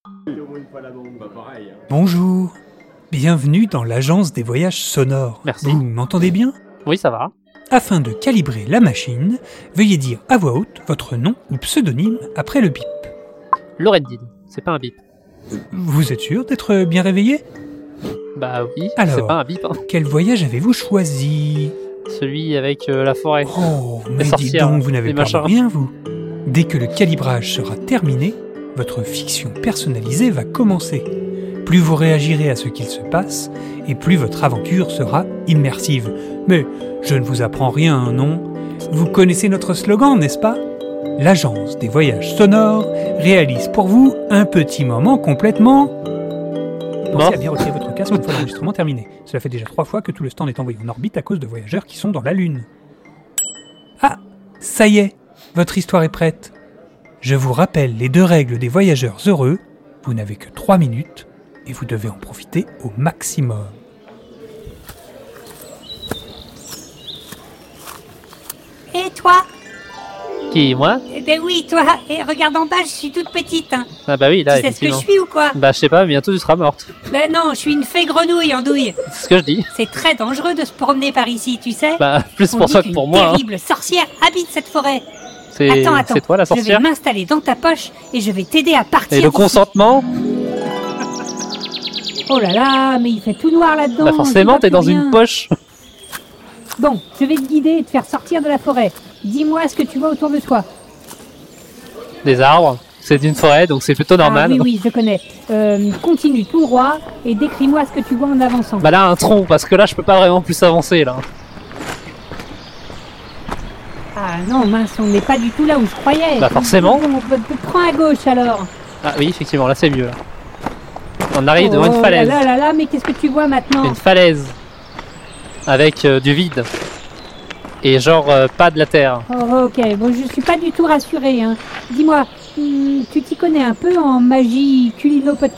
Bonjour, bienvenue dans l'agence des voyages sonores. Merci. Vous m'entendez bien ? Oui, ça va. Afin de calibrer la machine, veuillez dire à voix haute votre nom ou pseudonyme après le bip. Loreddin, c'est pas un bip. Vous êtes sûr d'être bien réveillé ? Bah oui, Alors, c'est pas un bip. Hein. Quel voyage avez-vous choisi ? Celui avec la forêt. Oh, mais dites sorcières, donc, vous n'avez les pas machins. rien, vous. Dès que le calibrage sera terminé, votre fiction personnalisée va commencer. Plus vous réagirez à ce qu'il se passe, et plus votre aventure sera immersive. Mais je ne vous apprends rien, non ? Vous connaissez notre slogan, n'est-ce pas ? L'agence des voyages sonores réalise pour vous un petit moment complètement... Pensez à bien retirer votre casque une fois l'enregistrement terminé. Cela fait déjà 3 fois que tout le stand est envoyé en orbite à cause de voyageurs qui sont dans la Lune. Ah, ça y est, votre histoire est prête. Je vous rappelle les 2 règles des voyageurs heureux. Vous n'avez que 3 minutes et vous devez en profiter au maximum. Et toi ? Qui, moi ? Eh ben oui, toi. Et regarde en bas, je suis toute petite. Hein. Ah bah oui, là, Tu sais ce que je effectivement. suis ou quoi ? Bah je sais pas, bientôt tu seras morte. Ben non, je suis une fée grenouille en douille. C'est ce que je dis. C'est très dangereux de se promener par ici, tu sais. Bah plus On pour dit toi que qu'une pour moi. Hein. terrible sorcière habite cette forêt. C'est toi la Je vais sorcière. m'installer dans ta poche et je vais t'aider à partir. Et le d'ici. consentement ? Oh là là, mais il fait tout noir là-dedans. Bah forcément, j'y vois t'es dans plus rien. une poche. Bon, je vais te guider et te faire sortir de la forêt. Dis-moi ce que tu vois autour de toi. Des arbres. C'est une forêt, donc c'est plutôt normal. Ah, oui, je connais. Continue tout droit et décris-moi ce que tu vois en avançant. Bah là, un tronc, parce que là, je peux pas vraiment plus avancer, là. Ah non, mince, on n'est pas du tout là où je croyais. Bah, forcément. Bon, prends à gauche alors. Ah oui, effectivement, là, c'est mieux. Là. On arrive devant une Oh falaise. là là là, mais qu'est-ce que tu vois maintenant ? Une falaise. Avec du vide. Et genre, pas de la terre. Oh, ok, bon, je suis pas du tout rassurée. Hein. Dis-moi, tu t'y connais un peu en magie culino-podcastique ?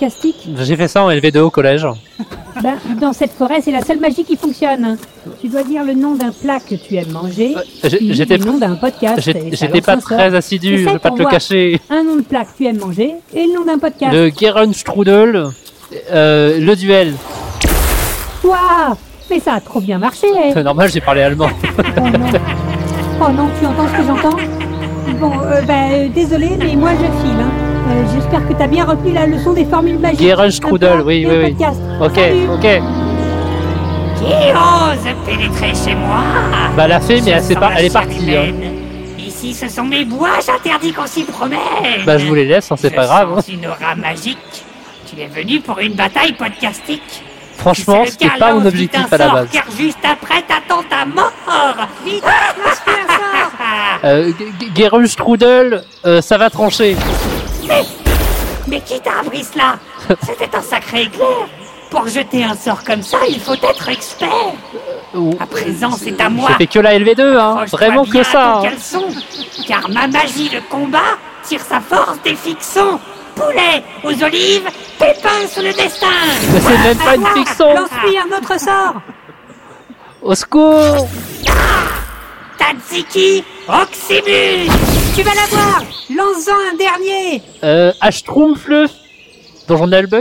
J'ai fait ça en LV2 au collège. Ben, dans cette forêt, c'est la seule magie qui fonctionne. Hein. Tu dois dire le nom d'un plat que tu aimes manger, puis le nom d'un podcast. et ça J'étais pas lance un très sort. assidu, je Essaie vais pas pour te le voir. cacher. Un nom de plat que tu aimes manger et le nom d'un podcast. Le Gerenstrudel, le duel. Waouh, mais ça a trop bien marché. C'est normal, j'ai parlé allemand. Oh non, tu entends ce que j'entends ? Bon, désolé, mais moi je file. Hein. J'espère que t'as bien retenu la leçon des formules magiques. Gerenstrudel, Un plat oui, et un oui, oui. podcast. Ok, Salut. ok. Qui ose pénétrer chez moi? Bah la fée, mais Je elle, sens la elle est chair partie. Hein. humaine. Ici, ce sont mes bois, j'interdis qu'on s'y promène. Bah je vous les laisse, hein, c'est pas grave. Hein. Je sens une aura magique. Tu es venu pour une bataille podcastique. Franchement, Si c'est le c'était cas, pas mon lance objectif vite un à la sort, base. Car juste après, t'attends ta mort. Vite, lance-lui un sort. Gerenstrudel, ça va trancher. Mais qui t'a appris cela? C'était un sacré éclair. Pour jeter un sort comme ça, il faut être expert. À présent, c'est à moi. J'ai fait que la LV2, hein. Accroche-toi Vraiment bien que ça. à ton Hein. caleçon, car ma magie de combat tire sa force des fictions. Poulet aux olives, pépins sous le destin. Mais c'est même pas une Toi, fiction. lance-lui un autre sort. Au secours. Tatsiki, Oxybus. Tu vas l'avoir. Lance-en un dernier. Schtroumpfle. Donjon d'Albuck.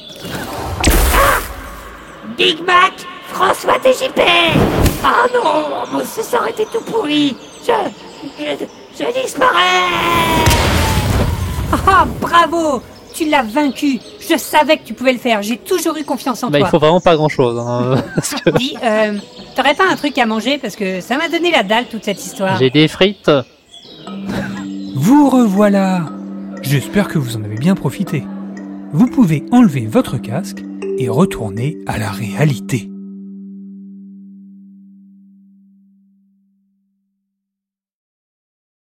Big Mac, François TJP. Ah non, mon sort était tout pourri. Je disparais. Ah, bravo. Tu l'as vaincu. Je savais que tu pouvais le faire. J'ai toujours eu confiance en Bah toi. il faut vraiment pas grand chose. Hein, parce que Dis, t'aurais pas un truc à manger parce que ça m'a donné la dalle toute cette histoire. j'ai des frites. Vous revoilà. J'espère que vous en avez bien profité. Vous pouvez enlever votre casque et retourner à la réalité.